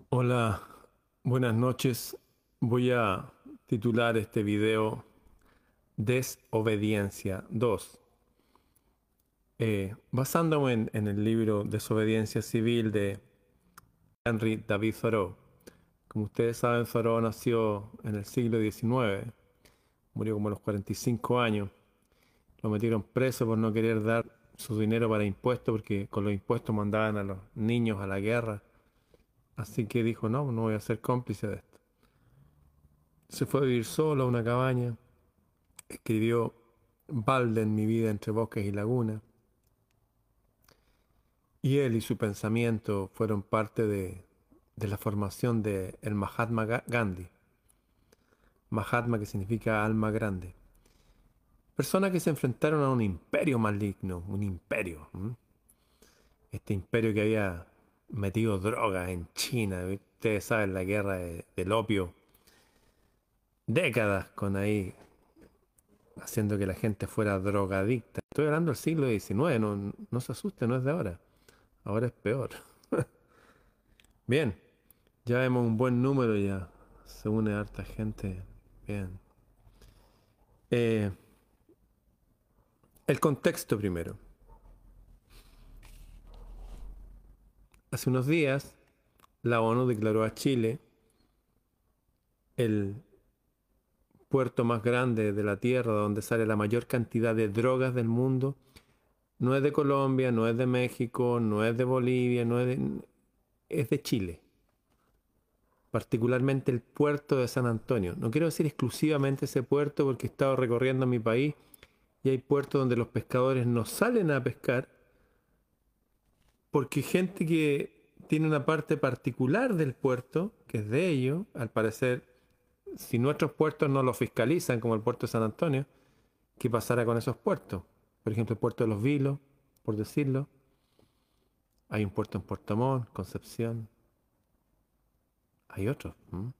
Hola, buenas noches. Voy a titular este video Desobediencia 2, basándome en el libro Desobediencia Civil de Henry David Thoreau. Como ustedes saben, Thoreau nació en el siglo XIX, murió como a los 45 años. Lo metieron preso por no querer dar su dinero para impuestos, porque con los impuestos mandaban a los niños a la guerra. Así que dijo, no, no voy a ser cómplice de esto. Se fue a vivir solo a una cabaña. Escribió Balden, mi vida entre bosques y lagunas. Y él y su pensamiento fueron parte de la formación de el Mahatma Gandhi. Mahatma, que significa alma grande. Personas que se enfrentaron a un imperio maligno, un imperio. Este imperio que había metido drogas en China. Ustedes saben, la guerra del opio. Décadas con ahí haciendo que la gente fuera drogadicta. Estoy hablando del siglo XIX, no, no se asuste, no es de ahora. Ahora es peor. Bien, ya vemos un buen número ya. Se une harta gente. Bien. Eh, el contexto primero. Hace unos días, la ONU declaró a Chile el puerto más grande de la Tierra, donde sale la mayor cantidad de drogas del mundo. No es de Colombia, no es de México, no es de Bolivia, es de Chile. Particularmente el puerto de San Antonio. No quiero decir exclusivamente ese puerto porque he estado recorriendo mi país y hay puertos donde los pescadores no salen a pescar porque gente que tiene una parte particular del puerto, que es de ellos, al parecer, si nuestros puertos no lo fiscalizan, como el puerto de San Antonio, ¿qué pasará con esos puertos? Por ejemplo, el puerto de Los Vilos, por decirlo. Hay un puerto en Puerto Montt, Concepción. Hay otros.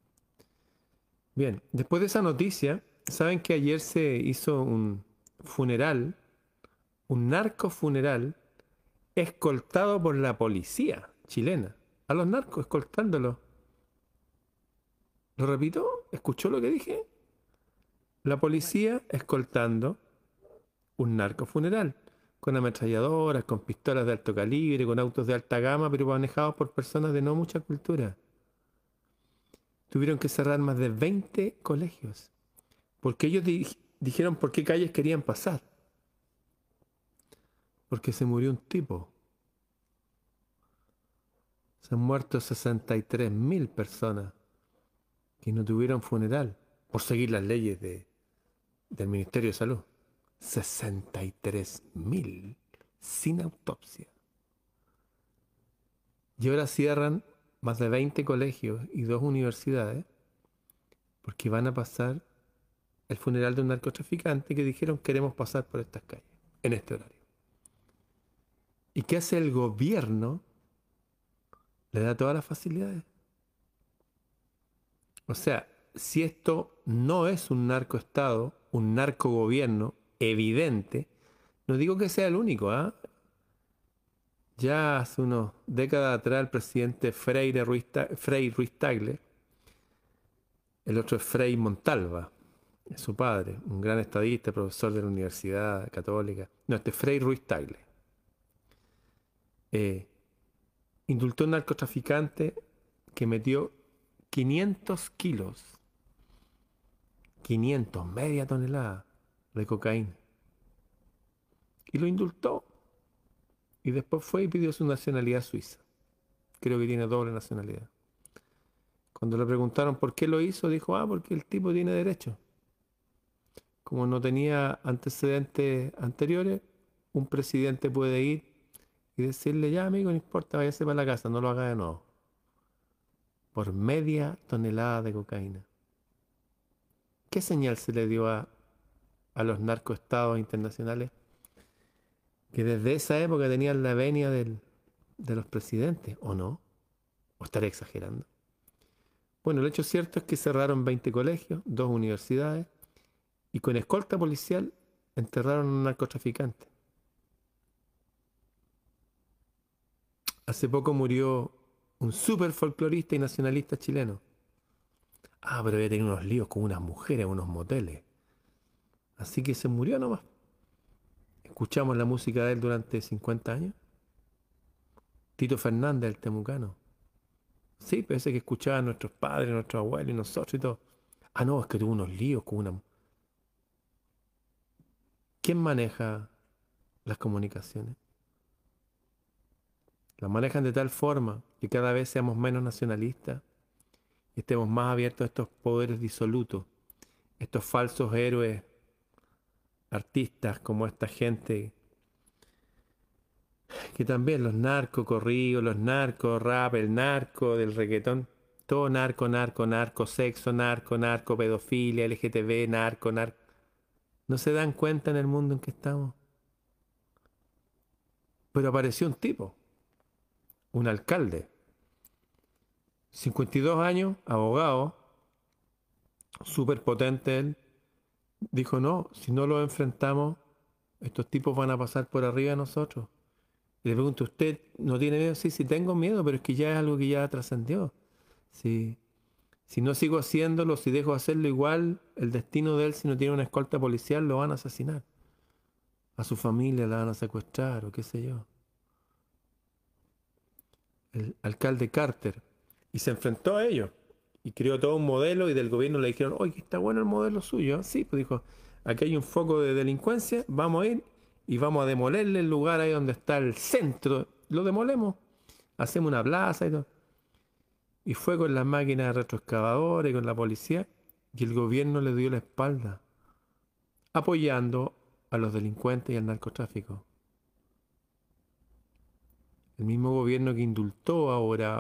Bien, después de esa noticia, ¿saben que ayer se hizo un funeral, un narco funeral, escoltado por la policía chilena? A los narcos escoltándolos. ¿Lo repito? ¿Escuchó lo que dije? La policía escoltando un narco funeral, con ametralladoras, con pistolas de alto calibre, con autos de alta gama, pero manejados por personas de no mucha cultura. Tuvieron que cerrar más de 20 colegios, porque ellos dijeron por qué calles querían pasar. Porque se murió un tipo. Se han muerto 63.000 personas que no tuvieron funeral por seguir las leyes del Ministerio de Salud. 63.000 sin autopsia. Y ahora cierran más de 20 colegios y 2 universidades porque van a pasar el funeral de un narcotraficante que dijeron queremos pasar por estas calles en este horario. ¿Y qué hace el gobierno? Le da todas las facilidades. O sea, si esto no es un narcoestado, un narcogobierno evidente, no digo que sea el único, ¿ah? Ya hace unas décadas atrás el presidente Frei Ruiz Tagle, el otro es Frei Montalva, es su padre, un gran estadista, profesor de la Universidad Católica. No, este es Frei Ruiz Tagle. Eh, Indultó a un narcotraficante que metió 500 kilos, 500, media tonelada de cocaína. Y lo indultó. Y después fue y pidió su nacionalidad suiza. Creo que tiene doble nacionalidad. Cuando le preguntaron por qué lo hizo, dijo, porque el tipo tiene derecho. Como no tenía antecedentes anteriores, un presidente puede ir y decirle, ya amigo, no importa, váyase para la casa, no lo haga de nuevo. Por media tonelada de cocaína. ¿Qué señal se le dio a los narcoestados internacionales? Que desde esa época tenían la venia de los presidentes, ¿o no? ¿O estaré exagerando? Bueno, el hecho cierto es que cerraron 20 colegios, 2 universidades y con escolta policial enterraron a un narcotraficante. Hace poco murió un súper folclorista y nacionalista chileno. Ah, pero había tenido unos líos con unas mujeres, unos moteles. Así que se murió nomás. Escuchamos la música de él durante 50 años. Tito Fernández, el temucano. Sí, parece que escuchaban nuestros padres, nuestros abuelos y nosotros y todo. Ah, no, es que tuvo unos líos con una... ¿Quién maneja las comunicaciones? Las manejan de tal forma que cada vez seamos menos nacionalistas y estemos más abiertos a estos poderes disolutos, estos falsos héroes, artistas como esta gente, que también los narcos corridos, los narcos rap, el narco del reggaetón, todo narco, narco, narco, sexo, narco, narco, pedofilia, LGTB, narco, narco. ¿No se dan cuenta en el mundo en que estamos? Pero apareció un tipo, un alcalde, 52 años, abogado, súper potente él, dijo, no, si no lo enfrentamos, estos tipos van a pasar por arriba de nosotros. Y le pregunto, ¿usted no tiene miedo? Sí, sí tengo miedo, pero es que ya es algo que ya trascendió. Si, si no sigo haciéndolo, si dejo de hacerlo igual, el destino de él, si no tiene una escolta policial, lo van a asesinar. A su familia la van a secuestrar o qué sé yo. El alcalde Carter. Y se enfrentó a ellos. Y creó todo un modelo y del gobierno le dijeron, oye, está bueno el modelo suyo. Sí, pues dijo, aquí hay un foco de delincuencia, vamos a ir y vamos a demolerle el lugar ahí donde está el centro. Lo demolemos, hacemos una plaza y todo. Y fue con las máquinas retroexcavadoras y con la policía y el gobierno le dio la espalda, apoyando a los delincuentes y al narcotráfico. El mismo gobierno que indultó ahora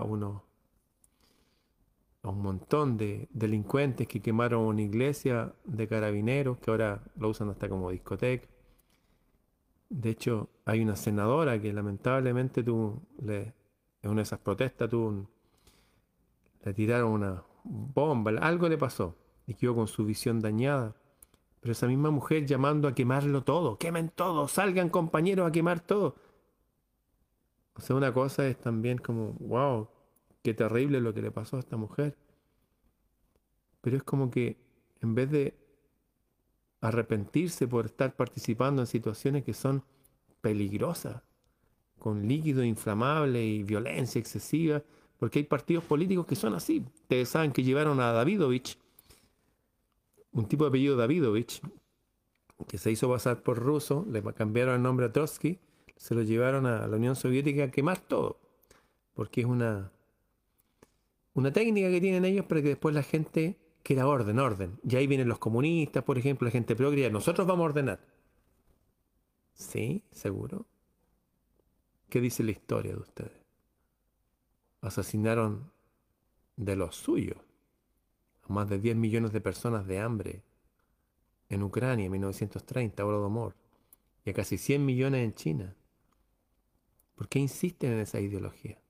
a un montón de delincuentes que quemaron una iglesia de carabineros, que ahora lo usan hasta como discoteca. De hecho, hay una senadora que lamentablemente en una de esas protestas le tiraron una bomba, algo le pasó y quedó con su visión dañada. Pero esa misma mujer llamando a quemarlo todo, quemen todo, salgan compañeros a quemar todo. O sea, una cosa es también como, wow, qué terrible lo que le pasó a esta mujer. Pero es como que en vez de arrepentirse por estar participando en situaciones que son peligrosas, con líquido inflamable y violencia excesiva, porque hay partidos políticos que son así. Ustedes saben que llevaron a Davidovich, un tipo de apellido Davidovich, que se hizo pasar por ruso, le cambiaron el nombre a Trotsky, se lo llevaron a la Unión Soviética a quemar todo, porque es una técnica que tienen ellos para que después la gente quiera orden, orden. Y ahí vienen los comunistas, por ejemplo, la gente progre, nosotros vamos a ordenar. ¿Sí? ¿Seguro? ¿Qué dice la historia de ustedes? Asesinaron de los suyos a más de 10 millones de personas de hambre en Ucrania en 1930, Holodomor, y a casi 100 millones en China. ¿Por qué insisten en esa ideología?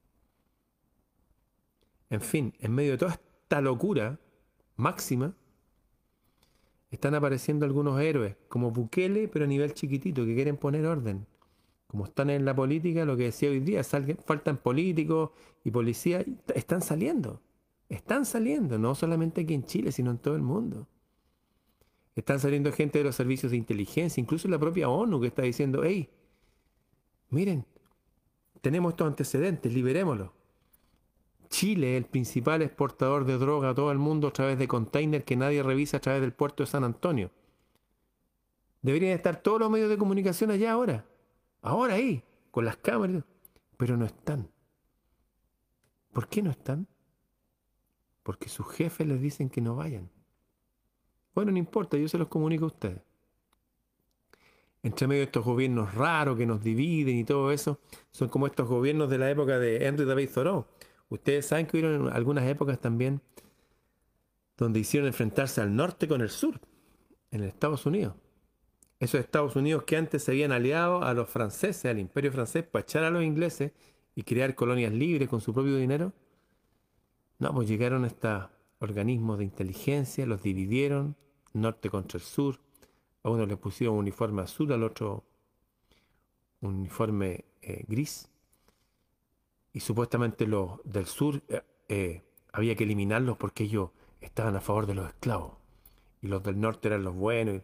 En fin, en medio de toda esta locura máxima, están apareciendo algunos héroes, como Bukele, pero a nivel chiquitito, que quieren poner orden. Como están en la política, lo que decía hoy día, faltan políticos y policías, están saliendo, no solamente aquí en Chile, sino en todo el mundo. Están saliendo gente de los servicios de inteligencia, incluso la propia ONU que está diciendo, hey, miren, tenemos estos antecedentes, liberémoslos. Chile es el principal exportador de droga a todo el mundo a través de containers que nadie revisa a través del puerto de San Antonio. Deberían estar todos los medios de comunicación allá ahora. Ahora ahí, con las cámaras. Pero no están. ¿Por qué no están? Porque sus jefes les dicen que no vayan. Bueno, no importa, yo se los comunico a ustedes. Entre medio de estos gobiernos raros que nos dividen y todo eso, son como estos gobiernos de la época de Henry David Thoreau. Ustedes saben que hubieron algunas épocas también donde hicieron enfrentarse al norte con el sur, en Estados Unidos. Esos Estados Unidos que antes se habían aliado a los franceses, al imperio francés, para echar a los ingleses y crear colonias libres con su propio dinero. No, pues llegaron estos organismos de inteligencia, los dividieron, norte contra el sur. A uno le pusieron un uniforme azul, al otro un uniforme gris. Y supuestamente los del sur había que eliminarlos porque ellos estaban a favor de los esclavos. Y los del norte eran los buenos.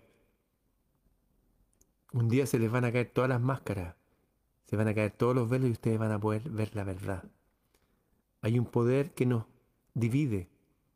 Un día se les van a caer todas las máscaras. Se van a caer todos los velos y ustedes van a poder ver la verdad. Hay un poder que nos divide.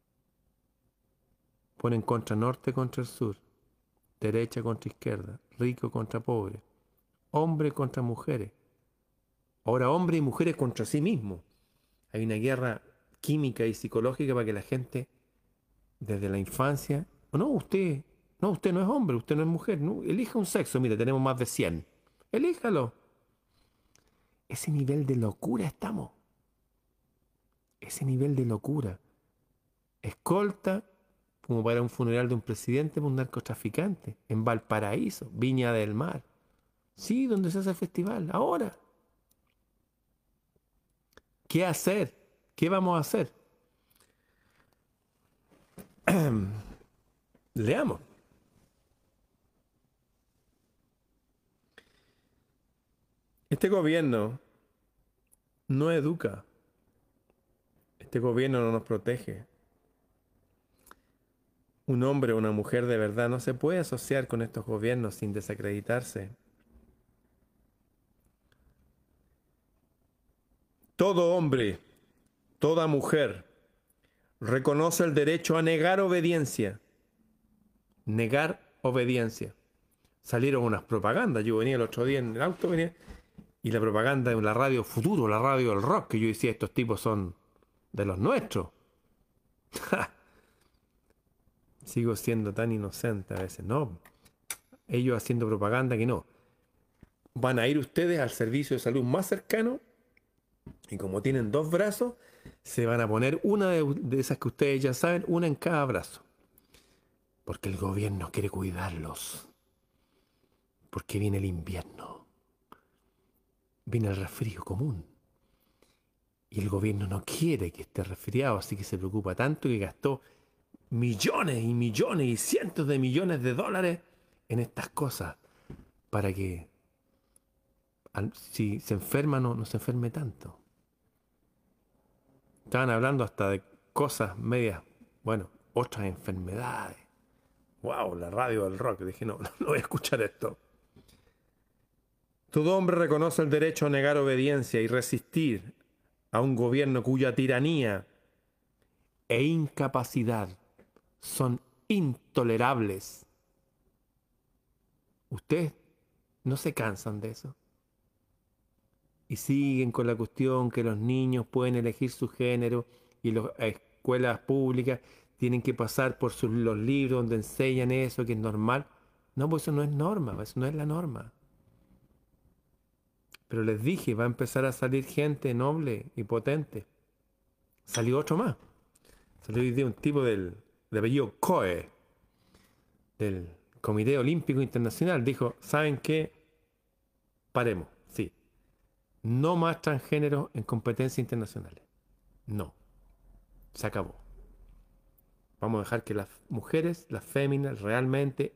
Ponen contra norte contra el sur. Derecha contra izquierda. Rico contra pobre. Hombres contra mujeres. Ahora hombres y mujeres contra sí mismos. Hay una guerra química y psicológica para que la gente, desde la infancia, usted no es hombre, usted no es mujer, no, elija un sexo, mire, tenemos más de 100. Elíjalo. Ese nivel de locura estamos. Ese nivel de locura. Escolta, como para un funeral de un presidente, por un narcotraficante, en Valparaíso, Viña del Mar. Sí, donde se hace el festival, ahora. ¿Qué hacer? ¿Qué vamos a hacer? Leamos. Este gobierno no educa. Este gobierno no nos protege. Un hombre o una mujer de verdad no se puede asociar con estos gobiernos sin desacreditarse. Todo hombre, toda mujer reconoce el derecho a negar obediencia. Negar obediencia. Salieron unas propagandas. Yo venía el otro día en el auto, y la propaganda en la radio Futuro, la radio del rock, que yo decía, estos tipos son de los nuestros. Sigo siendo tan inocente a veces, ¿no? Ellos haciendo propaganda que no. Van a ir ustedes al servicio de salud más cercano y como tienen 2 brazos, se van a poner una de esas que ustedes ya saben, una en cada brazo. Porque el gobierno quiere cuidarlos. Porque viene el invierno. Viene el resfrío común. Y el gobierno no quiere que esté resfriado, así que se preocupa tanto que gastó millones y millones y cientos de millones de dólares en estas cosas para que si se enferma no se enferme tanto. Estaban hablando hasta de cosas medias, bueno, otras enfermedades. Wow, la radio del rock. Dije, no voy a escuchar esto. Todo hombre reconoce el derecho a negar obediencia y resistir a un gobierno cuya tiranía e incapacidad son intolerables. ¿Ustedes no se cansan de eso? Y siguen con la cuestión que los niños pueden elegir su género y las escuelas públicas tienen que pasar por los libros donde enseñan eso, que es normal. No, pues eso no es norma, eso no es la norma. Pero les dije, va a empezar a salir gente noble y potente. Salió otro más. Salió hoy día un tipo de apellido Coe, del Comité Olímpico Internacional. Dijo, ¿saben qué? Paremos, sí. No más transgénero en competencias internacionales. No. Se acabó. Vamos a dejar que las mujeres, las féminas, realmente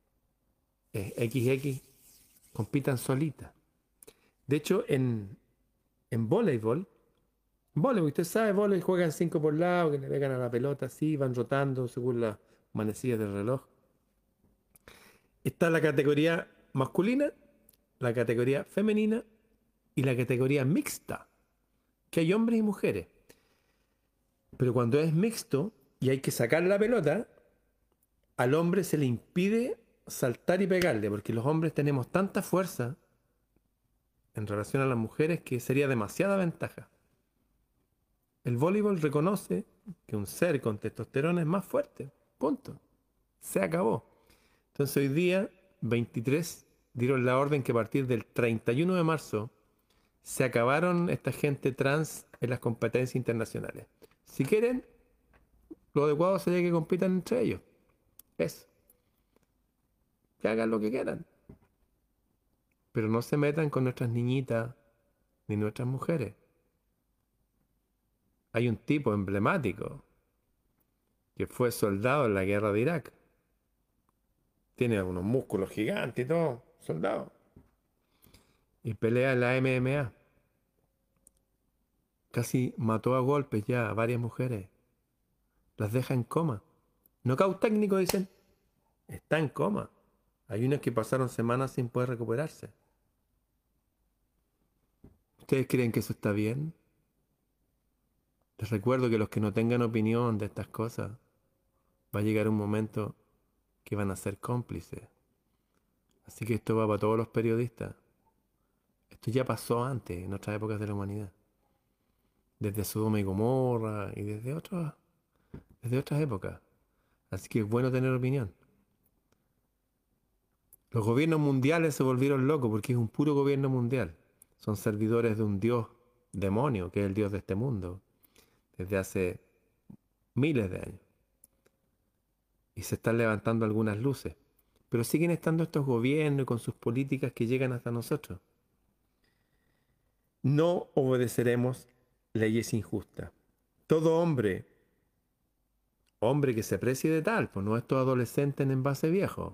XX, compitan solitas. De hecho, en voleibol, usted sabe, voleibol juegan 5 por lado, que le pegan a la pelota así, van rotando según las manecillas del reloj. Está la categoría masculina, la categoría femenina y la categoría mixta, que hay hombres y mujeres. Pero cuando es mixto y hay que sacar la pelota, al hombre se le impide saltar y pegarle, porque los hombres tenemos tanta fuerza en relación a las mujeres que sería demasiada ventaja. El voleibol reconoce que un ser con testosterona es más fuerte. Punto. Se acabó. Entonces hoy día, 23, dieron la orden que a partir del 31 de marzo se acabaron esta gente trans en las competencias internacionales. Si quieren, lo adecuado sería que compitan entre ellos. Eso. Que hagan lo que quieran. Pero no se metan con nuestras niñitas ni nuestras mujeres. Hay un tipo emblemático que fue soldado en la guerra de Irak. Tiene unos músculos gigantes y todo, soldado. Y pelea en la MMA. Casi mató a golpes ya a varias mujeres. Las deja en coma. Nocaut técnico, dicen. Está en coma. Hay unas que pasaron semanas sin poder recuperarse. ¿Ustedes creen que eso está bien? Les recuerdo que los que no tengan opinión de estas cosas, va a llegar un momento que van a ser cómplices. Así que esto va para todos los periodistas. Esto ya pasó antes, en otras épocas de la humanidad. Desde Sodoma y Gomorra y desde otras épocas. Así que es bueno tener opinión. Los gobiernos mundiales se volvieron locos porque es un puro gobierno mundial. Son servidores de un dios demonio, que es el dios de este mundo, desde hace miles de años. Y se están levantando algunas luces. Pero siguen estando estos gobiernos con sus políticas que llegan hasta nosotros. No obedeceremos leyes injustas. Todo hombre que se precie de tal, pues no estos adolescentes en envase viejo.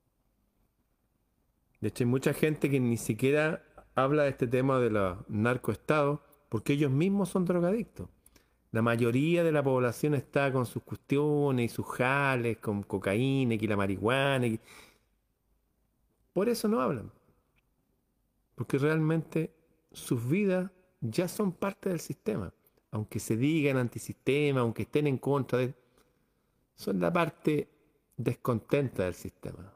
De hecho, hay mucha gente que ni siquiera habla de este tema de los narcoestados porque ellos mismos son drogadictos. La mayoría de la población está con sus cuestiones y sus jales, con cocaína, y la marihuana. Por eso no hablan. Porque realmente sus vidas ya son parte del sistema. Aunque se digan antisistema, aunque estén en contra de... Son la parte descontenta del sistema.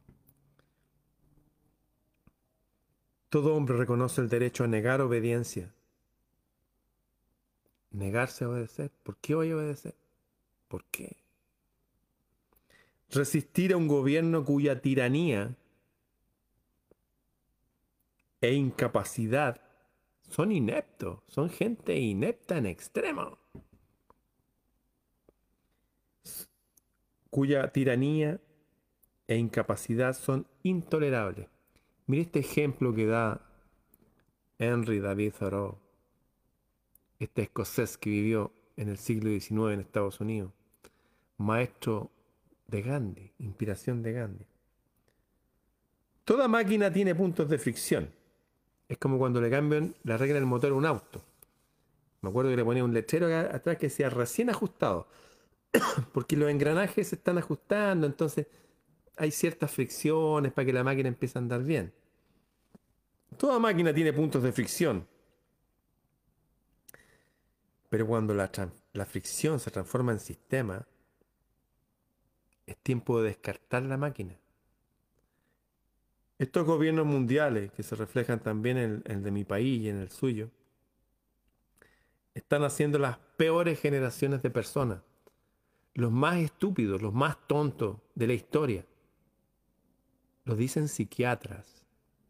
Todo hombre reconoce el derecho a negar obediencia. Negarse a obedecer. ¿Por qué voy a obedecer? ¿Por qué? Resistir a un gobierno cuya tiranía e incapacidad son ineptos. Son gente inepta en extremo. Cuya tiranía e incapacidad son intolerables. Mire este ejemplo que da Henry David Thoreau, este escocés que vivió en el siglo XIX en Estados Unidos, maestro de Gandhi, inspiración de Gandhi. Toda máquina tiene puntos de fricción. Es como cuando le cambian la regla del motor a un auto. Me acuerdo que le ponía un letrero atrás que decía recién ajustado, porque los engranajes se están ajustando, entonces hay ciertas fricciones para que la máquina empiece a andar bien. Toda máquina tiene puntos de fricción, pero cuando la fricción se transforma en sistema, es tiempo de descartar la máquina. Estos gobiernos mundiales, que se reflejan también en el de mi país y en el suyo, están haciendo las peores generaciones de personas, los más estúpidos, los más tontos de la historia. Lo dicen psiquiatras,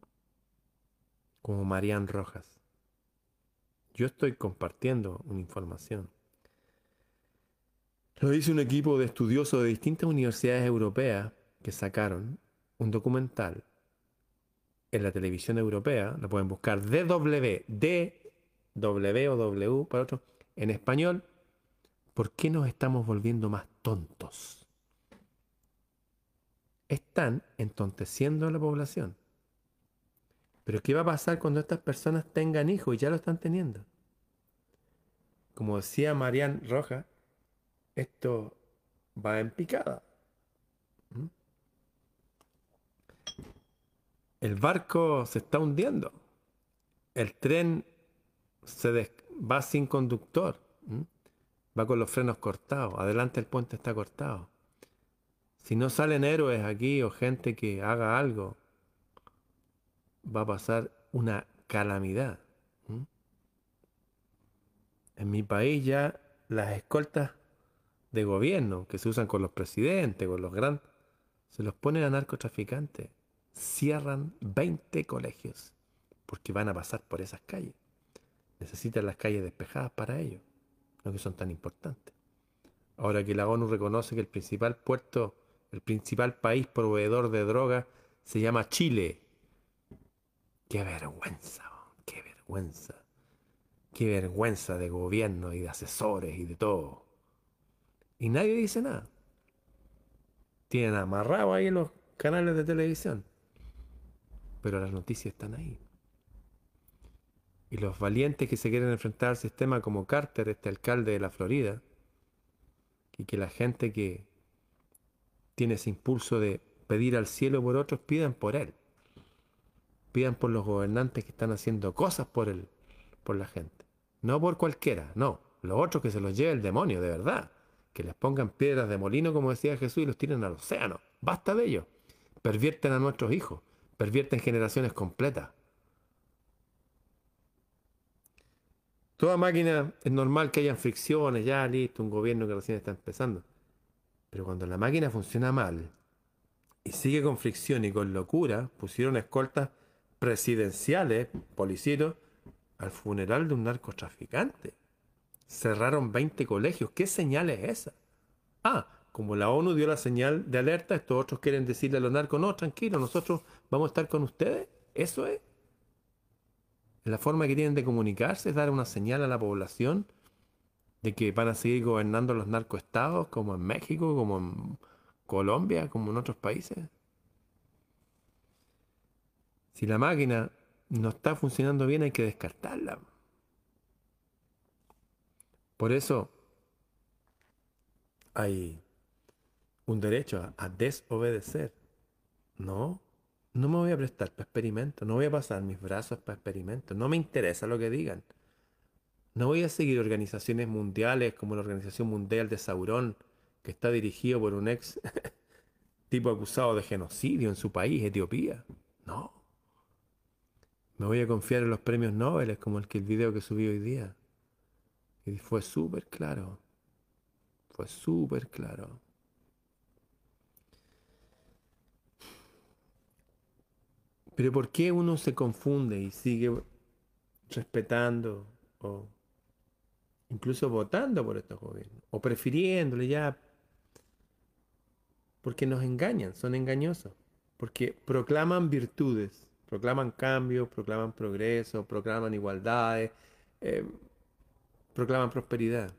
como Marian Rojas. Yo estoy compartiendo una información. Lo dice un equipo de estudiosos de distintas universidades europeas que sacaron un documental en la televisión europea. Lo pueden buscar DW o W para otro, en español. ¿Por qué nos estamos volviendo más tontos? Están entonteciendo a la población. Pero ¿qué va a pasar cuando estas personas tengan hijos y ya lo están teniendo? Como decía Marian Rojas, esto va en picada. ¿Mm? El barco se está hundiendo. El tren va sin conductor. ¿Mm? Va con los frenos cortados. Adelante el puente está cortado. Si no salen héroes aquí o gente que haga algo, va a pasar una calamidad. ¿Mm? En mi país ya las escoltas de gobierno que se usan con los presidentes, con los grandes, se los ponen a narcotraficantes. Cierran 20 colegios porque van a pasar por esas calles. Necesitan las calles despejadas para ellos, no que son tan importantes. Ahora que la ONU reconoce que el principal puerto, el principal país proveedor de drogas se llama Chile. ¡Qué vergüenza! ¡Qué vergüenza! ¡Qué vergüenza de gobierno y de asesores y de todo! Y nadie dice nada. Tienen amarrado ahí los canales de televisión. Pero las noticias están ahí. Y los valientes que se quieren enfrentar al sistema como Carter, este alcalde de la Florida, y que la gente que tiene ese impulso de pedir al cielo por otros, pidan por él. Pidan por los gobernantes que están haciendo cosas por él, por la gente. No por cualquiera, no. Los otros que se los lleve el demonio, de verdad. Que les pongan piedras de molino, como decía Jesús, y los tiren al océano. Basta de ellos. Pervierten a nuestros hijos. Pervierten generaciones completas. Toda máquina es normal que hayan fricciones, ya listo, un gobierno que recién está empezando. Pero cuando la máquina funciona mal y sigue con fricción y con locura, pusieron escoltas presidenciales, policieros, al funeral de un narcotraficante. Cerraron 20 colegios. ¿Qué señal es esa? Ah, como la ONU dio la señal de alerta, estos otros quieren decirle a los narcos, no, tranquilo, nosotros vamos a estar con ustedes. Eso es. La forma que tienen de comunicarse es dar una señal a la población de que van a seguir gobernando los narcoestados, como en México, como en Colombia, como en otros países. Si la máquina no está funcionando bien, hay que descartarla. Por eso hay un derecho a desobedecer. No, no me voy a prestar para experimentos, no voy a pasar mis brazos para experimentos, no me interesa lo que digan. No voy a seguir organizaciones mundiales como la Organización Mundial de Sauron, que está dirigido por un ex tipo acusado de genocidio en su país, Etiopía. No. Me voy a confiar en los premios Nobel, como el video que subí hoy día. Y fue súper claro. Fue súper claro. Pero ¿por qué uno se confunde y sigue respetando o incluso votando por estos gobiernos? O prefiriéndole ya, porque nos engañan, son engañosos. Porque proclaman virtudes, proclaman cambios, proclaman progreso, proclaman igualdades, eh, proclaman prosperidad.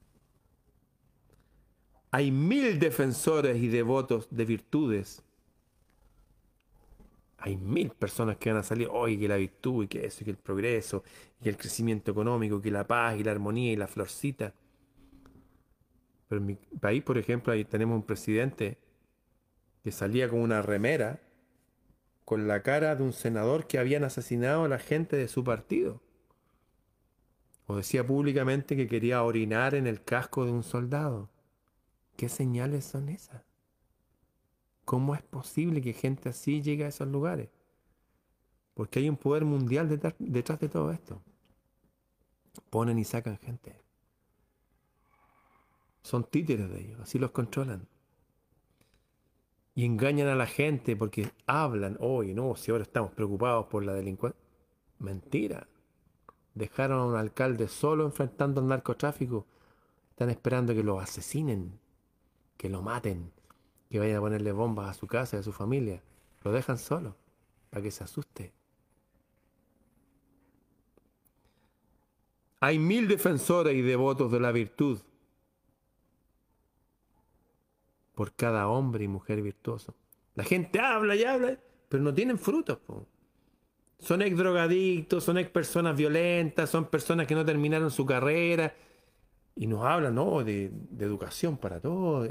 Hay 1000 defensores y devotos de virtudes. Hay 1000 personas que van a salir, hoy que la virtud, y que eso, y que el progreso, y que el crecimiento económico, y que la paz, y la armonía, y la florcita. Pero en mi país, por ejemplo, ahí tenemos un presidente que salía con una remera con la cara de un senador que habían asesinado a la gente de su partido. O decía públicamente que quería orinar en el casco de un soldado. ¿Qué señales son esas? ¿Cómo es posible que gente así llegue a esos lugares? Porque hay un poder mundial detrás de todo esto. Ponen y sacan gente. Son títeres de ellos, así los controlan. Y engañan a la gente porque hablan, oye, no, si ahora estamos preocupados por la delincuencia. Mentira. Dejaron a un alcalde solo enfrentando al narcotráfico. Están esperando que lo asesinen, que lo maten, que vayan a ponerle bombas a su casa y a su familia. Lo dejan solo, para que se asuste. Hay 1000 defensores y devotos de la virtud por cada hombre y mujer virtuoso. La gente habla y habla, pero no tienen frutos, po. Son ex drogadictos, son ex personas violentas, son personas que no terminaron su carrera y nos hablan, ¿no?, de educación para todos.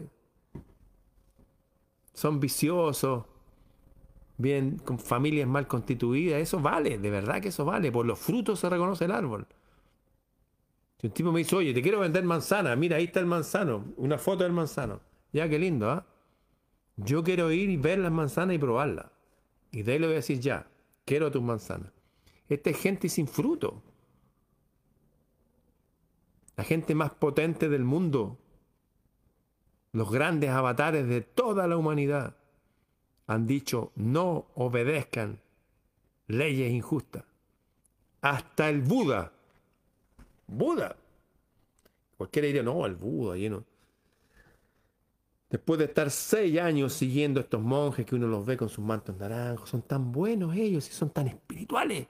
Son viciosos, vienen con familias mal constituidas. Eso vale, de verdad que eso vale. Por los frutos se reconoce el árbol. Si un tipo me dice, oye, te quiero vender manzana, mira, ahí está el manzano, una foto del manzano. Ya, qué lindo, ¿ah? Yo quiero ir y ver las manzanas y probarlas. Y de ahí le voy a decir, ya, quiero tus manzanas. Esta es gente sin fruto. La gente más potente del mundo. Los grandes avatares de toda la humanidad han dicho, no obedezcan leyes injustas. Hasta el Buda. Buda. Cualquiera diría, no, el Buda, lleno. Después de estar 6 años siguiendo a estos monjes que uno los ve con sus mantos naranjos, son tan buenos ellos y son tan espirituales.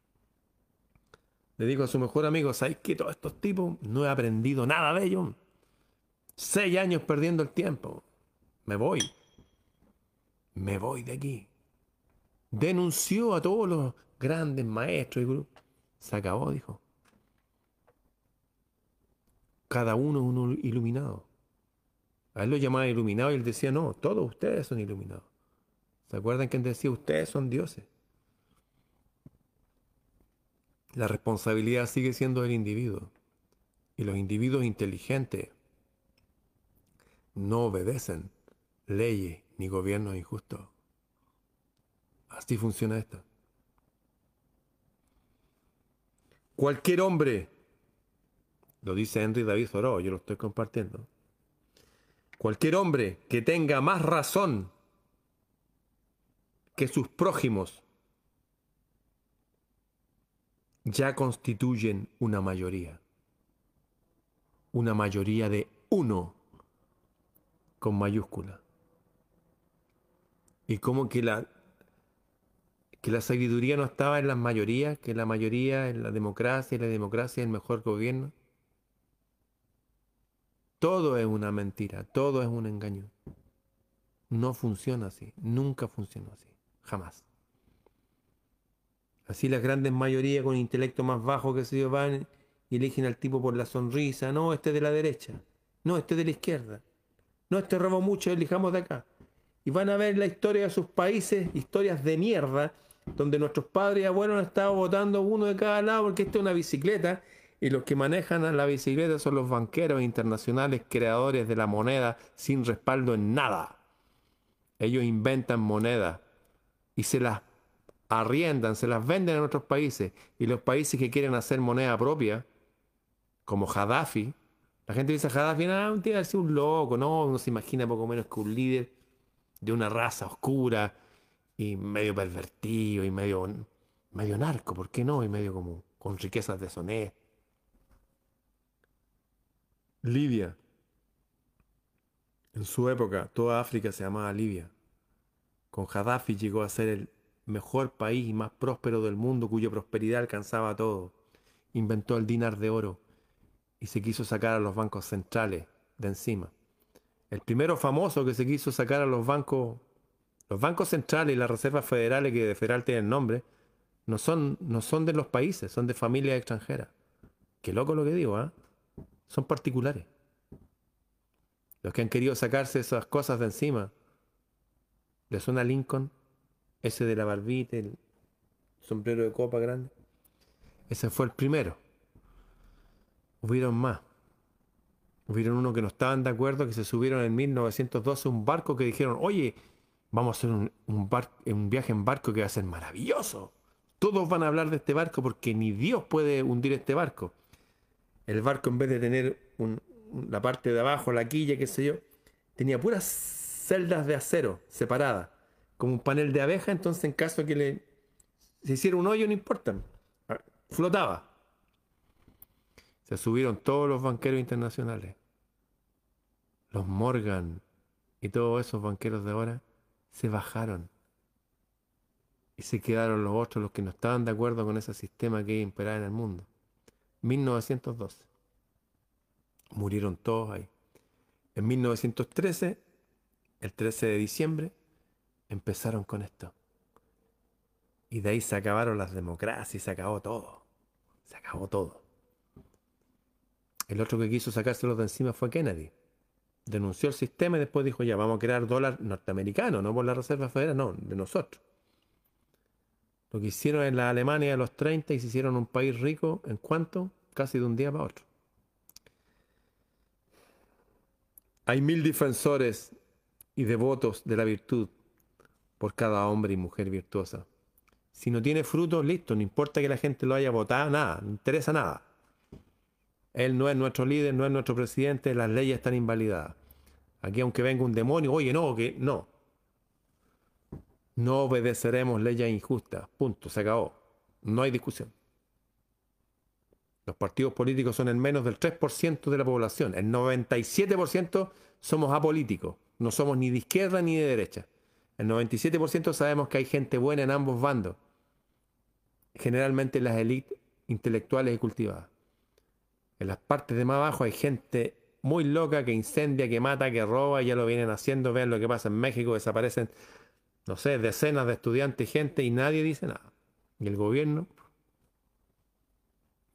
Le digo a su mejor amigo, ¿sabes qué? Todos estos tipos no he aprendido nada de ellos. 6 años perdiendo el tiempo. Me voy. Me voy de aquí. Denunció a todos los grandes maestros y grupos. Se acabó, dijo. Cada uno es un iluminado. A él lo llamaban iluminado y él decía, no, todos ustedes son iluminados. ¿Se acuerdan que él decía, ustedes son dioses? La responsabilidad sigue siendo del individuo. Y los individuos inteligentes no obedecen leyes ni gobiernos injustos. Así funciona esto. Cualquier hombre, lo dice Henry David Thoreau, yo lo estoy compartiendo. Cualquier hombre que tenga más razón que sus prójimos ya constituyen una mayoría. Una mayoría de uno con mayúscula. Y como que la sabiduría no estaba en las mayorías, que la mayoría en la democracia y la democracia es el mejor gobierno. Todo es una mentira, todo es un engaño. No funciona así, nunca funcionó así, jamás. Así las grandes mayorías con intelecto más bajo que se van y eligen al tipo por la sonrisa. No, este es de la derecha. No, este es de la izquierda. No, este robó mucho, elijamos de acá. Y van a ver la historia de sus países, historias de mierda, donde nuestros padres y abuelos han estado votando uno de cada lado porque esta es una bicicleta y los que manejan a la bicicleta son los banqueros internacionales creadores de la moneda sin respaldo en nada. Ellos inventan monedas y se las arriendan, se las venden en otros países y los países que quieren hacer moneda propia, como Gaddafi, la gente dice Gaddafi, no, tiene que ser un loco, no, uno se imagina poco menos que un líder de una raza oscura y medio pervertido y medio narco, ¿por qué no? Y medio como con riquezas deshonestas. Libia, en su época, toda África se llamaba Libia. Con Gaddafi llegó a ser el mejor país y más próspero del mundo, cuya prosperidad alcanzaba todo. Inventó el dinar de oro y se quiso sacar a los bancos centrales de encima. El primero famoso que se quiso sacar a los bancos centrales y las reservas federales, que de federal tienen nombre, no son de los países, son de familias extranjeras. Qué loco lo que digo, ¿eh? Son particulares. Los que han querido sacarse esas cosas de encima. ¿Le suena Lincoln? Ese de la barbita, el sombrero de copa grande. Ese fue el primero. Hubieron más. Hubieron unos que no estaban de acuerdo, que se subieron en 1912 a un barco que dijeron, oye, vamos a hacer un viaje en barco que va a ser maravilloso. Todos van a hablar de este barco porque ni Dios puede hundir este barco. El barco, en vez de tener la parte de abajo, la quilla, qué sé yo, tenía puras celdas de acero separadas, como un panel de abeja. Entonces, en caso que se hiciera un hoyo, no importa, flotaba. Se subieron todos los banqueros internacionales, los Morgan y todos esos banqueros de ahora, se bajaron y se quedaron los otros, los que no estaban de acuerdo con ese sistema que imperaba en el mundo. 1912. Murieron todos ahí. En 1913, el 13 de diciembre, empezaron con esto. Y de ahí se acabaron las democracias y se acabó todo. Se acabó todo. El otro que quiso sacárselos de encima fue Kennedy. Denunció el sistema y después dijo, ya, vamos a crear dólar norteamericano, no por la Reserva Federal, no, de nosotros. Lo que hicieron en la Alemania de los 30 y se hicieron un país rico, ¿en cuánto? Casi de un día para otro. Hay 1000 defensores y devotos de la virtud por cada hombre y mujer virtuosa. Si no tiene frutos, listo, no importa que la gente lo haya votado, nada, no interesa nada. Él no es nuestro líder, no es nuestro presidente, las leyes están invalidadas. Aquí aunque venga un demonio, oye, no, que no. No obedeceremos leyes injustas, punto, se acabó. No hay discusión. Los partidos políticos son el menos del 3% de la población. El 97% somos apolíticos. No somos ni de izquierda ni de derecha. El 97% sabemos que hay gente buena en ambos bandos. Generalmente las élites intelectuales y cultivadas. En las partes de más abajo hay gente muy loca que incendia, que mata, que roba, y ya lo vienen haciendo. Vean lo que pasa en México, desaparecen, no sé, decenas de estudiantes y gente y nadie dice nada. Y el gobierno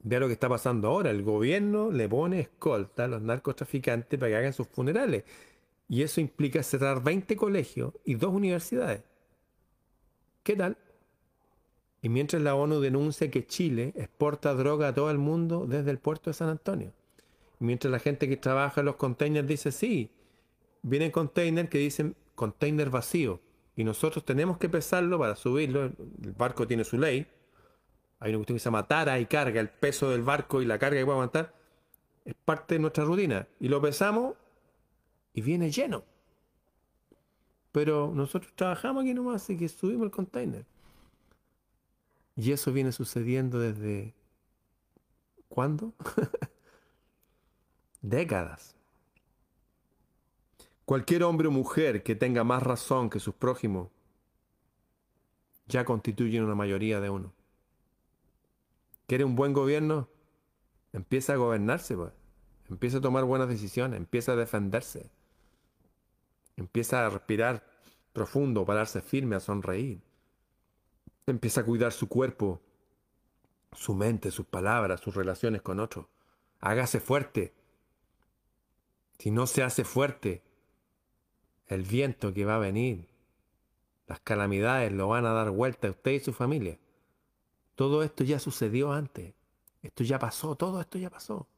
Vea lo que está pasando ahora. El gobierno le pone escolta a los narcotraficantes para que hagan sus funerales. Y eso implica cerrar 20 colegios y 2 universidades. ¿Qué tal? Y mientras la ONU denuncia que Chile exporta droga a todo el mundo desde el puerto de San Antonio. Y mientras la gente que trabaja en los containers dice, sí, vienen containers que dicen container vacío. Y nosotros tenemos que pesarlo para subirlo. El barco tiene su ley. Hay una cuestión que se llama tara y carga. El peso del barco y la carga que puede aguantar es parte de nuestra rutina. Y lo pesamos y viene lleno. Pero nosotros trabajamos aquí nomás, así que subimos el container. Y eso viene sucediendo desde... ¿cuándo? Décadas. Cualquier hombre o mujer que tenga más razón que sus prójimos ya constituye una mayoría de uno. ¿Quiere un buen gobierno? Empieza a gobernarse, pues. Empieza a tomar buenas decisiones, empieza a defenderse, empieza a respirar profundo, pararse firme, a sonreír. Empieza a cuidar su cuerpo, su mente, sus palabras, sus relaciones con otros. Hágase fuerte. Si no se hace fuerte, el viento que va a venir, las calamidades lo van a dar vuelta a usted y su familia. Todo esto ya sucedió antes. Esto ya pasó, todo esto ya pasó.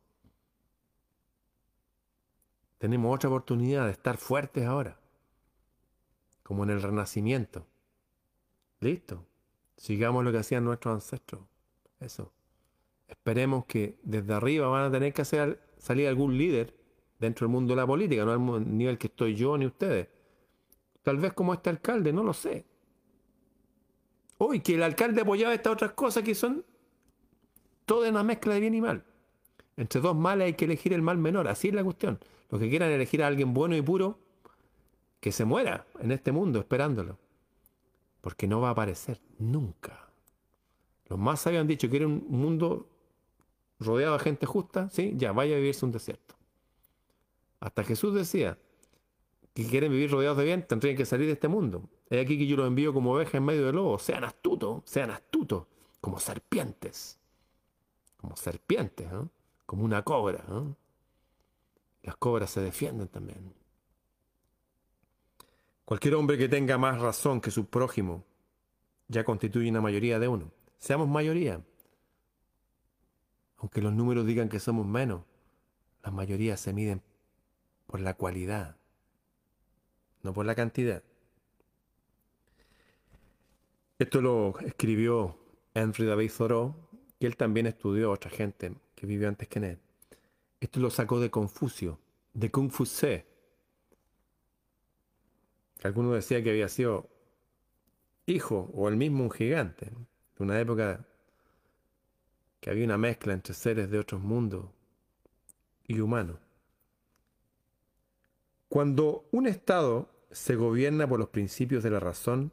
Tenemos otra oportunidad de estar fuertes ahora, como en el Renacimiento. Listo. Sigamos lo que hacían nuestros ancestros. Eso. Esperemos que desde arriba van a tener que salir algún líder dentro del mundo de la política, no al nivel que estoy yo ni ustedes. Tal vez como este alcalde, no lo sé. Hoy que el alcalde apoyaba estas otras cosas que son toda una mezcla de bien y mal. Entre dos males hay que elegir el mal menor. Así es la cuestión. Los que quieran elegir a alguien bueno y puro, que se muera en este mundo esperándolo. Porque no va a aparecer nunca. Los más sabios han dicho que quieren un mundo rodeado de gente justa, ¿sí? Ya, vaya a vivirse un desierto. Hasta Jesús decía que quieren vivir rodeados de bien, tendrían que salir de este mundo. Es aquí que yo los envío como ovejas en medio de lobos. Sean astutos, como serpientes. Como serpientes, ¿no? Como una cobra, ¿no? Las cobras se defienden también. Cualquier hombre que tenga más razón que su prójimo ya constituye una mayoría de uno. Seamos mayoría. Aunque los números digan que somos menos, las mayorías se miden por la cualidad, no por la cantidad. Esto lo escribió Henry David Thoreau, y él también estudió a otra gente que vivió antes que él. Esto lo sacó de Confucio, de Confucé. Algunos decían que había sido hijo o el mismo un gigante, de una época que había una mezcla entre seres de otros mundos y humanos. Cuando un Estado se gobierna por los principios de la razón,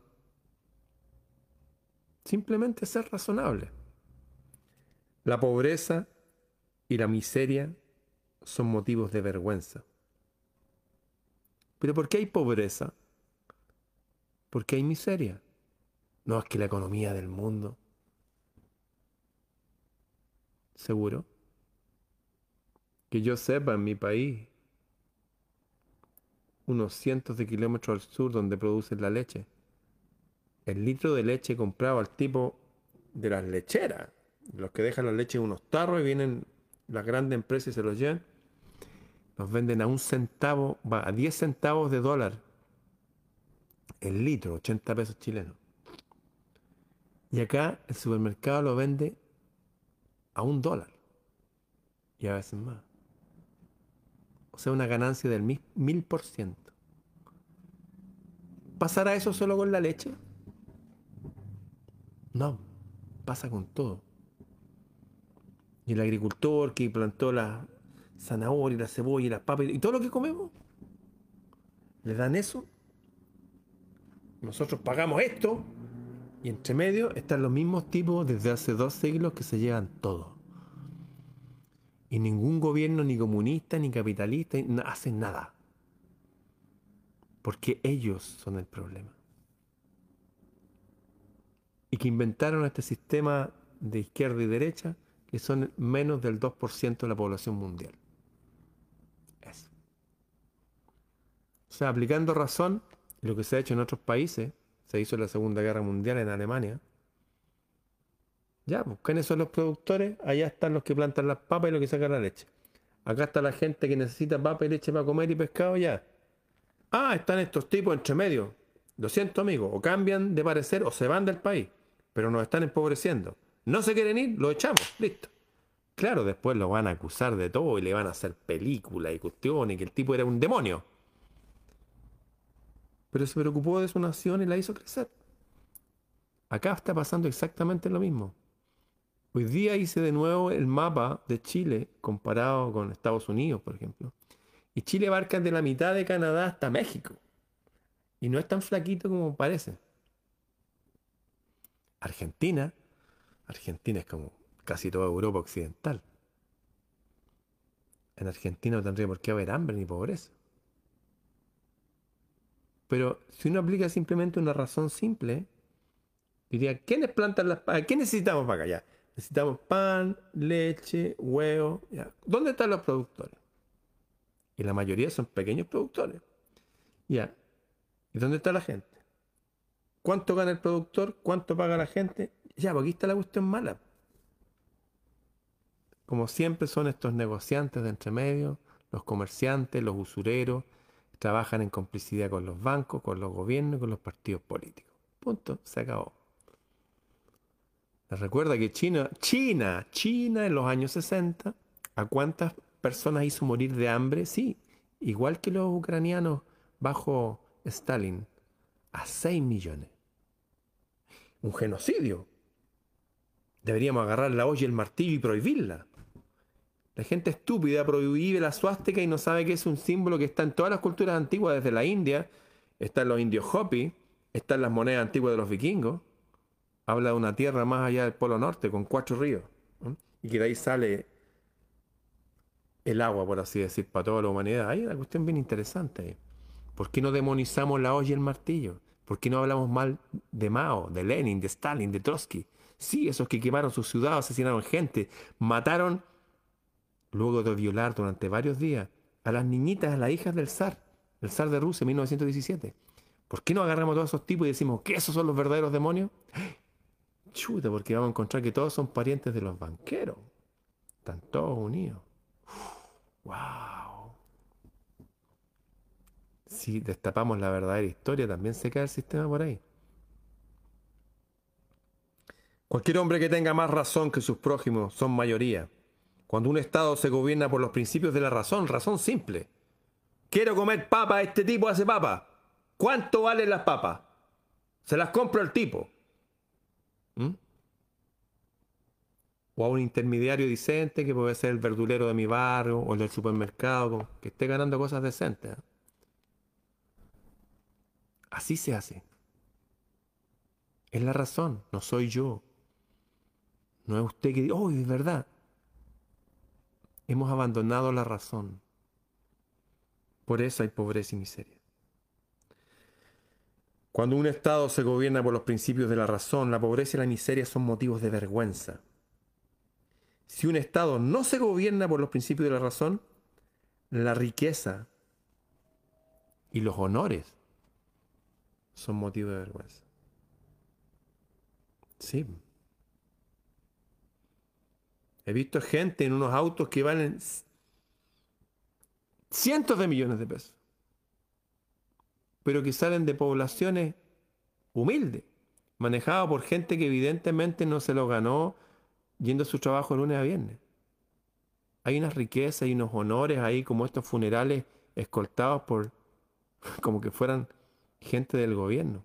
simplemente ser razonable. La pobreza y la miseria son motivos de vergüenza. ¿Pero por qué hay pobreza? ¿Por qué hay miseria? No es que la economía del mundo. Seguro. Que yo sepa, en mi país, unos cientos de kilómetros al sur donde producen la leche, el litro de leche comprado al tipo de las lecheras, los que dejan la leche en unos tarros y vienen las grandes empresas y se los llevan, los venden a 1 centavo, a 10 centavos de dólar el litro, 80 pesos chilenos. Y acá el supermercado lo vende a $1 y a veces más. O sea, una ganancia del 1000%. ¿Pasará eso solo con la leche? No, pasa con todo. Y el agricultor que plantó la zanahoria, la cebolla y las papas y todo lo que comemos, le dan eso. Nosotros pagamos esto y entre medio están los mismos tipos desde hace 2 siglos que se llevan todo. Y ningún gobierno, ni comunista, ni capitalista, hacen nada. Porque ellos son el problema. Y que inventaron este sistema de izquierda y derecha, y son menos del 2% de la población mundial. Eso. O sea, aplicando razón, lo que se ha hecho en otros países, se hizo en la Segunda Guerra Mundial en Alemania. Ya, pues, ¿quiénes son los productores? Allá están los que plantan las papas y los que sacan la leche. Acá está la gente que necesita papa y leche para comer y pescado, ya. Ah, están estos tipos entre medio. Lo siento, amigo, o cambian de parecer o se van del país, pero nos están empobreciendo. No se quieren ir, lo echamos, listo. Claro, después lo van a acusar de todo y le van a hacer películas y cuestiones, y que el tipo era un demonio. Pero se preocupó de su nación y la hizo crecer. Acá está pasando exactamente lo mismo. Hoy día hice de nuevo el mapa de Chile comparado con Estados Unidos, por ejemplo. Y Chile abarca de la mitad de Canadá hasta México. Y no es tan flaquito como parece. Argentina, Argentina es como casi toda Europa occidental. En Argentina no tendría por qué haber hambre ni pobreza. Pero si uno aplica simplemente una razón simple, diría, ¿quiénes plantan las papas? ¿Qué necesitamos para acá? Ya. Necesitamos pan, leche, huevo. Ya. ¿Dónde están los productores? Y la mayoría son pequeños productores. Ya. ¿Y dónde está la gente? ¿Cuánto gana el productor? ¿Cuánto paga la gente? Ya, pues aquí está la cuestión mala. Como siempre son estos negociantes de entre medio, los comerciantes, los usureros, trabajan en complicidad con los bancos, con los gobiernos y con los partidos políticos. Punto, se acabó. Les recuerda que China en los años 60, ¿a cuántas personas hizo morir de hambre? Sí, igual que los ucranianos bajo Stalin, a 6 millones. Un genocidio. Deberíamos agarrar la olla y el martillo y prohibirla. La gente estúpida prohíbe la suástica y no sabe que es un símbolo que está en todas las culturas antiguas, desde la India, está en los indios Hopi, está en las monedas antiguas de los vikingos. Habla de una tierra más allá del Polo Norte, con 4 ríos, ¿no? Y que de ahí sale el agua, por así decir, para toda la humanidad. Hay una cuestión bien interesante ahí. ¿Por qué no demonizamos la olla y el martillo? ¿Por qué no hablamos mal de Mao, de Lenin, de Stalin, de Trotsky? Sí, esos que quemaron sus ciudades, asesinaron gente, mataron, luego de violar durante varios días, a las niñitas, a las hijas del zar de Rusia en 1917. ¿Por qué no agarramos a todos esos tipos y decimos que esos son los verdaderos demonios? Chuta, porque vamos a encontrar que todos son parientes de los banqueros. Están todos unidos. ¡Wow! Si destapamos la verdadera historia, también se cae el sistema por ahí. Cualquier hombre que tenga más razón que sus prójimos son mayoría. Cuando un Estado se gobierna por los principios de la razón, razón simple. Quiero comer papa, este tipo hace papa. ¿Cuánto valen las papas? Se las compro al tipo. ¿Mm? O a un intermediario decente que puede ser el verdulero de mi barrio o el del supermercado, que esté ganando cosas decentes. ¿Eh? Así se hace. Es la razón, no soy yo. No es usted que dice, oh, es verdad. Hemos abandonado la razón. Por eso hay pobreza y miseria. Cuando un Estado se gobierna por los principios de la razón, la pobreza y la miseria son motivos de vergüenza. Si un Estado no se gobierna por los principios de la razón, la riqueza y los honores son motivos de vergüenza. Sí. He visto gente en unos autos que valen cientos de millones de pesos, pero que salen de poblaciones humildes, manejadas por gente que evidentemente no se lo ganó yendo a su trabajo de lunes a viernes. Hay unas riquezas y unos honores ahí, como estos funerales escoltados por, como que fueran gente del gobierno.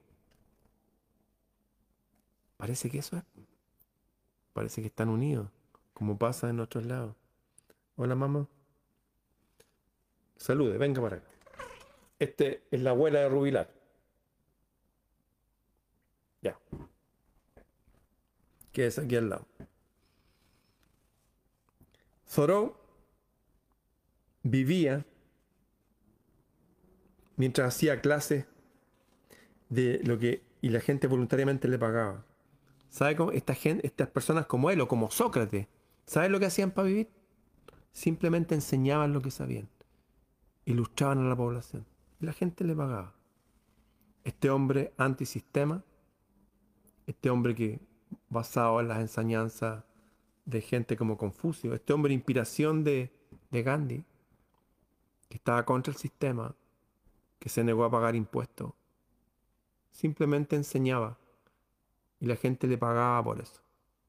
Parece que eso es. Parece que están unidos, como pasa en otros lados. Hola, mamá. Salude, venga para acá. Este es la abuela de Rubilar. Ya, que es aquí al lado. Thoreau vivía mientras hacía clases de lo que y la gente voluntariamente le pagaba. ¿Sabe cómo? Estas personas como él o como Sócrates ¿Sabes lo que hacían para vivir? Simplemente enseñaban lo que sabían. Ilustraban a la población. Y la gente le pagaba. Este hombre antisistema, este hombre que basado en las enseñanzas de gente como Confucio, este hombre inspiración de Gandhi, que estaba contra el sistema, que se negó a pagar impuestos, simplemente enseñaba y la gente le pagaba por eso.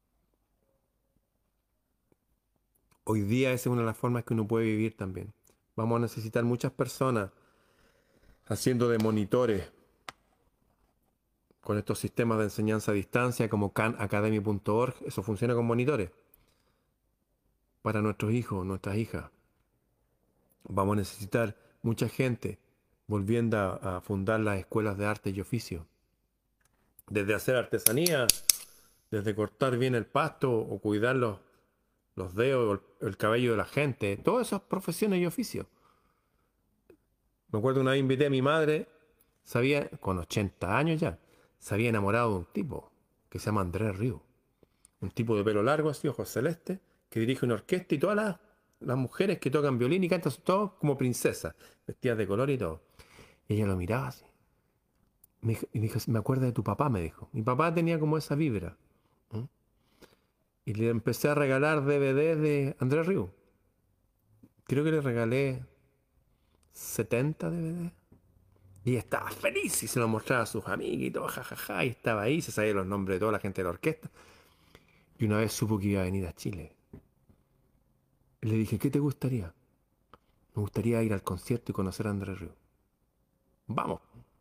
Hoy día esa es una de las formas que uno puede vivir también. Vamos a necesitar muchas personas haciendo de monitores con estos sistemas de enseñanza a distancia como khanacademy.org. Eso funciona con monitores para nuestros hijos, nuestras hijas. Vamos a necesitar mucha gente volviendo a fundar las escuelas de arte y oficio. Desde hacer artesanía, desde cortar bien el pasto o cuidar los dedos o el cabello de la gente. Todas esas profesiones y oficios. Me acuerdo una vez invité a mi madre, con 80 años ya, se había enamorado de un tipo que se llama Andrés Río. Un tipo de pelo largo, así, ojos celestes, que dirige una orquesta y todas las mujeres que tocan violín y cantan son todas como princesas, vestidas de color y todo. Y ella lo miraba así. Y me dijo, me acuerda de tu papá, me dijo. Mi papá tenía como esa vibra. ¿Mm? Y le empecé a regalar DVD de Andrés Río. Creo que le regalé 70 DVD. Y ella estaba feliz y se lo mostraba a sus amigos y todo, jajaja. Y estaba ahí, se sabía los nombres de toda la gente de la orquesta. Y una vez supo que iba a venir a Chile. Y le dije, ¿qué te gustaría? Me gustaría ir al concierto y conocer a Andrés Río. Vamos.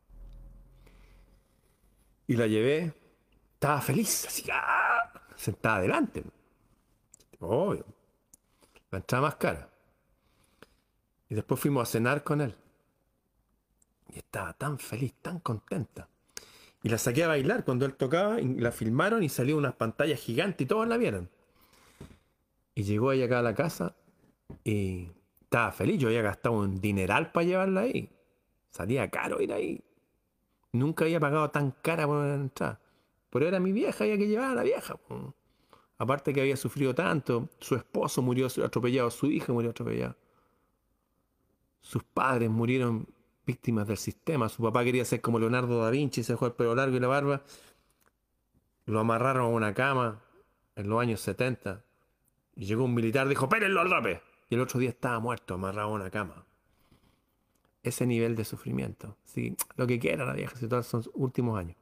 Y la llevé. Estaba feliz, así, sentada adelante. Obvio. La entrada más cara. Y después fuimos a cenar con él. Y estaba tan feliz, tan contenta. Y la saqué a bailar cuando él tocaba, y la filmaron y salió unas pantallas gigantes y todos la vieron. Y llegó ella acá a la casa y estaba feliz. Yo había gastado un dineral para llevarla ahí. Salía caro ir ahí. Nunca había pagado tan cara por una entrada. Pero era mi vieja, había que llevar a la vieja. Aparte que había sufrido tanto, su esposo murió atropellado, su hija murió atropellada. Sus padres murieron víctimas del sistema. Su papá quería ser como Leonardo da Vinci, se dejó el pelo largo y la barba. Lo amarraron a una cama en los años 70. Y llegó un militar y dijo, ¡pérenlo al rape! Y el otro día estaba muerto, amarrado a una cama. Ese nivel de sufrimiento. Sí, lo que quiera la vieja, si todos son sus últimos años.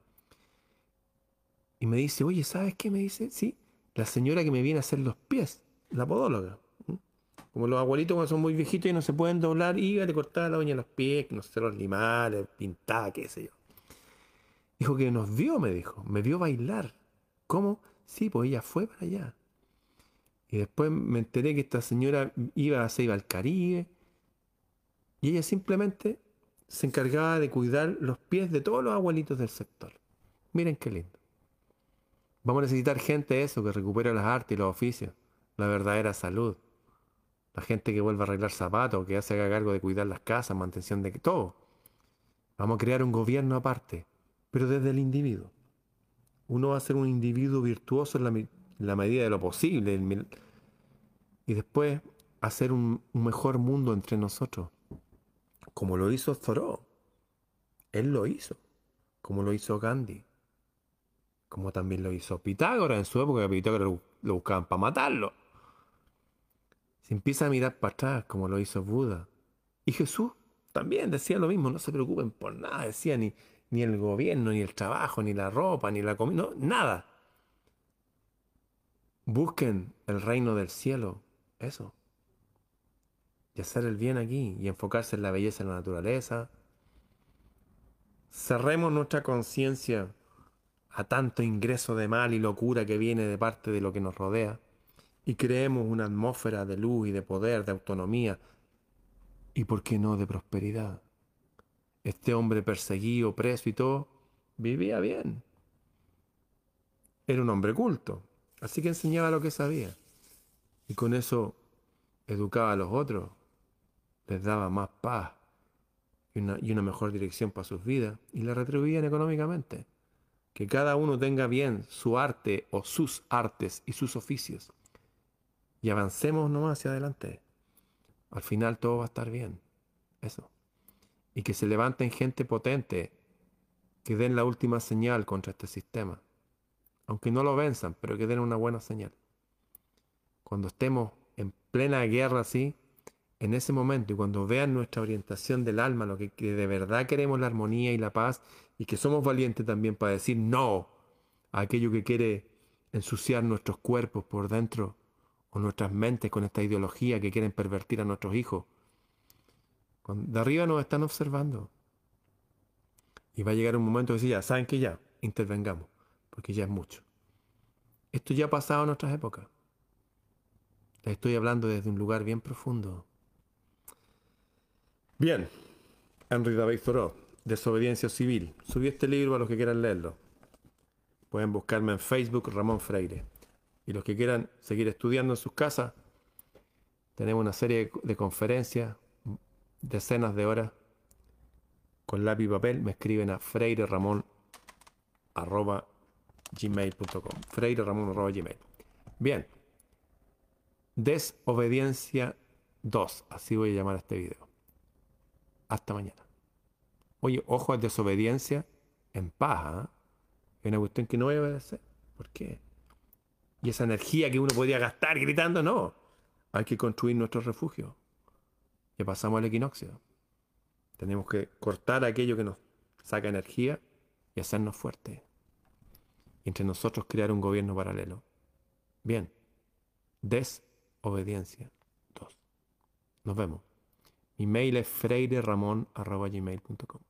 Y me dice, oye, ¿sabes qué? Me dice, sí, la señora que me viene a hacer los pies, la podóloga. Como los abuelitos cuando son muy viejitos y no se pueden doblar, y le cortaba la uña de los pies, no sé, los limales, pintaba, qué sé yo. Dijo que nos vio, me dijo, me vio bailar. ¿Cómo? Sí, pues ella fue para allá. Y después me enteré que esta señora se iba al Caribe y ella simplemente se encargaba de cuidar los pies de todos los abuelitos del sector. Miren qué lindo. Vamos a necesitar gente eso, que recupere las artes y los oficios, la verdadera salud. La gente que vuelva a arreglar zapatos, que se haga cargo de cuidar las casas, mantención de todo. Vamos a crear un gobierno aparte, pero desde el individuo. Uno va a ser un individuo virtuoso en la medida de lo posible y después hacer un mejor mundo entre nosotros, como lo hizo Thoreau. Él lo hizo, como lo hizo Gandhi, como también lo hizo Pitágoras en su época, que a Pitágoras lo buscaban para matarlo. Se empieza a mirar para atrás, como lo hizo Buda. Y Jesús también decía lo mismo, no se preocupen por nada, decía ni el gobierno, ni el trabajo, ni la ropa, ni la comida, no, nada. Busquen el reino del cielo, eso. Y hacer el bien aquí, y enfocarse en la belleza de la naturaleza. Cerremos nuestra conciencia a tanto ingreso de mal y locura que viene de parte de lo que nos rodea, y creemos una atmósfera de luz y de poder, de autonomía, y por qué no de prosperidad. Este hombre perseguido, preso y todo, vivía bien. Era un hombre culto, así que enseñaba lo que sabía. Y con eso educaba a los otros, les daba más paz y una mejor dirección para sus vidas, y les retribuían económicamente. Que cada uno tenga bien su arte o sus artes y sus oficios. y avancemos nomás hacia adelante. Al final todo va a estar bien. Eso. Y que se levanten gente potente que den la última señal contra este sistema. Aunque no lo venzan, pero que den una buena señal. Cuando estemos en plena guerra así, en ese momento y cuando vean nuestra orientación del alma, lo que de verdad queremos, la armonía y la paz, y que somos valientes también para decir no a aquello que quiere ensuciar nuestros cuerpos por dentro o nuestras mentes con esta ideología que quieren pervertir a nuestros hijos. De arriba nos están observando. Y va a llegar un momento que sí, ya, saben que ya, intervengamos, porque ya es mucho. Esto ya ha pasado en otras épocas. Les estoy hablando desde un lugar bien profundo. Bien, Henry David Thoreau, Desobediencia Civil. Subí este libro a los que quieran leerlo. Pueden buscarme en Facebook, Ramón Freire. Y los que quieran seguir estudiando en sus casas, tenemos una serie de conferencias, decenas de horas, con lápiz y papel. Me escriben a freireramon@gmail.com. freireramon@gmail. Bien. Desobediencia 2. Así voy a llamar a este video. Hasta mañana. Oye, ojo a desobediencia en paz. Es una cuestión que no voy a obedecer. ¿Por qué? Y esa energía que uno podría gastar gritando, no. Hay que construir nuestro refugio. Ya pasamos al equinoccio. Tenemos que cortar aquello que nos saca energía y hacernos fuertes. Y entre nosotros crear un gobierno paralelo. Bien. Desobediencia 2. Nos vemos. Mi mail es freireramon@gmail.com.